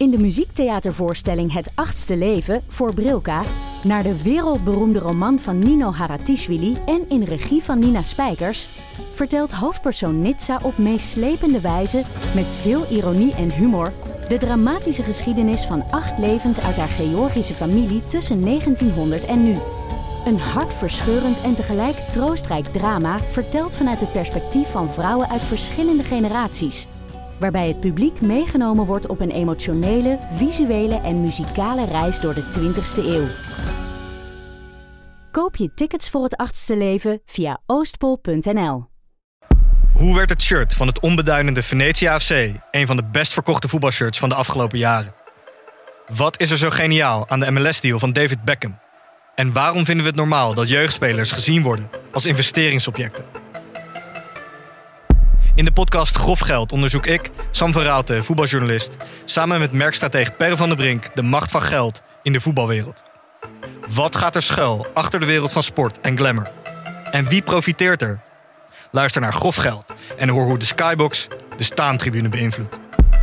in de muziektheatervoorstelling Het Achtste Leven voor Brilka naar de wereldberoemde roman van Nino Haratischvili en in regie van Nina Spijkers vertelt hoofdpersoon Nitsa op meeslepende wijze, met veel ironie en humor, de dramatische geschiedenis van 8 levens uit haar Georgische familie tussen 1900 en nu. Een hartverscheurend en tegelijk troostrijk drama verteld vanuit het perspectief van vrouwen uit verschillende generaties, waarbij het publiek meegenomen wordt op een emotionele, visuele en muzikale reis door de 20e eeuw. Koop je tickets voor Het Achtste Leven via oostpol.nl. Hoe werd het shirt van het onbeduidende Venetia FC een van de best verkochte voetbalshirts van de afgelopen jaren? Wat is er zo geniaal aan de MLS-deal van David Beckham? En waarom vinden we het normaal dat jeugdspelers gezien worden als investeringsobjecten? In de podcast Grof Geld onderzoek ik, Sam van Raalte, voetbaljournalist, samen met merkstratege Per van der Brink de macht van geld in de voetbalwereld. Wat gaat er schuil achter de wereld van sport en glamour? En wie profiteert er? Luister naar Grof Geld en hoor hoe de Skybox de staantribune beïnvloedt.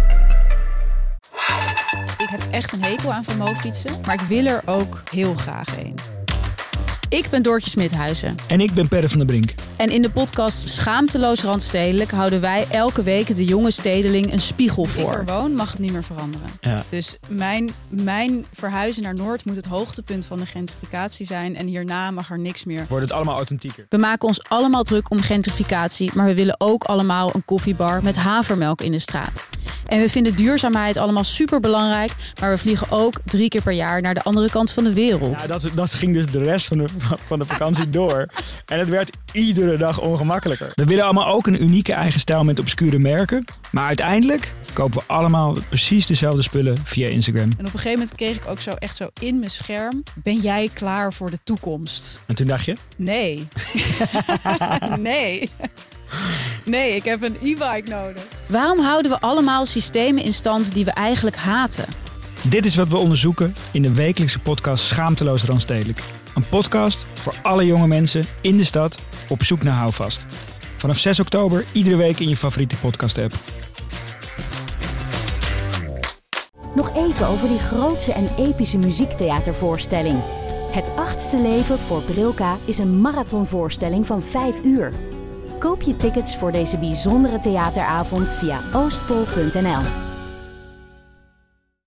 Ik heb echt een hekel aan Van Moofietsen, maar ik wil er ook heel graag een. Ik ben Doortje Smithuizen. En ik ben Per van der Brink. En in de podcast Schaamteloos Randstedelijk houden wij elke week de jonge stedeling een spiegel voor. Als ik er woon, mag het niet meer veranderen. Ja. Dus mijn verhuizen naar Noord moet het hoogtepunt van de gentrificatie zijn. En hierna mag er niks meer. Wordt het allemaal authentieker? We maken ons allemaal druk om gentrificatie, maar we willen ook allemaal een koffiebar met havermelk in de straat. En we vinden duurzaamheid allemaal superbelangrijk, maar we vliegen ook 3 keer per jaar naar de andere kant van de wereld. Ja, dat ging dus de rest van de vakantie door. En het werd iedere dag ongemakkelijker. We willen allemaal ook een unieke eigen stijl met obscure merken. Maar uiteindelijk kopen we allemaal precies dezelfde spullen via Instagram. En op een gegeven moment kreeg ik ook zo echt zo in mijn scherm: ben jij klaar voor de toekomst? En toen dacht je? Nee. Nee, ik heb een e-bike nodig. Waarom houden we allemaal systemen in stand die we eigenlijk haten? Dit is wat we onderzoeken in de wekelijkse podcast Schaamteloos Randstedelijk. Een podcast voor alle jonge mensen in de stad op zoek naar houvast. Vanaf 6 oktober iedere week in je favoriete podcast-app. Nog even over die grootse en epische muziektheatervoorstelling. Het Achtste Leven voor Brilka is een marathonvoorstelling van 5 uur. Koop je tickets voor deze bijzondere theateravond via oostpol.nl.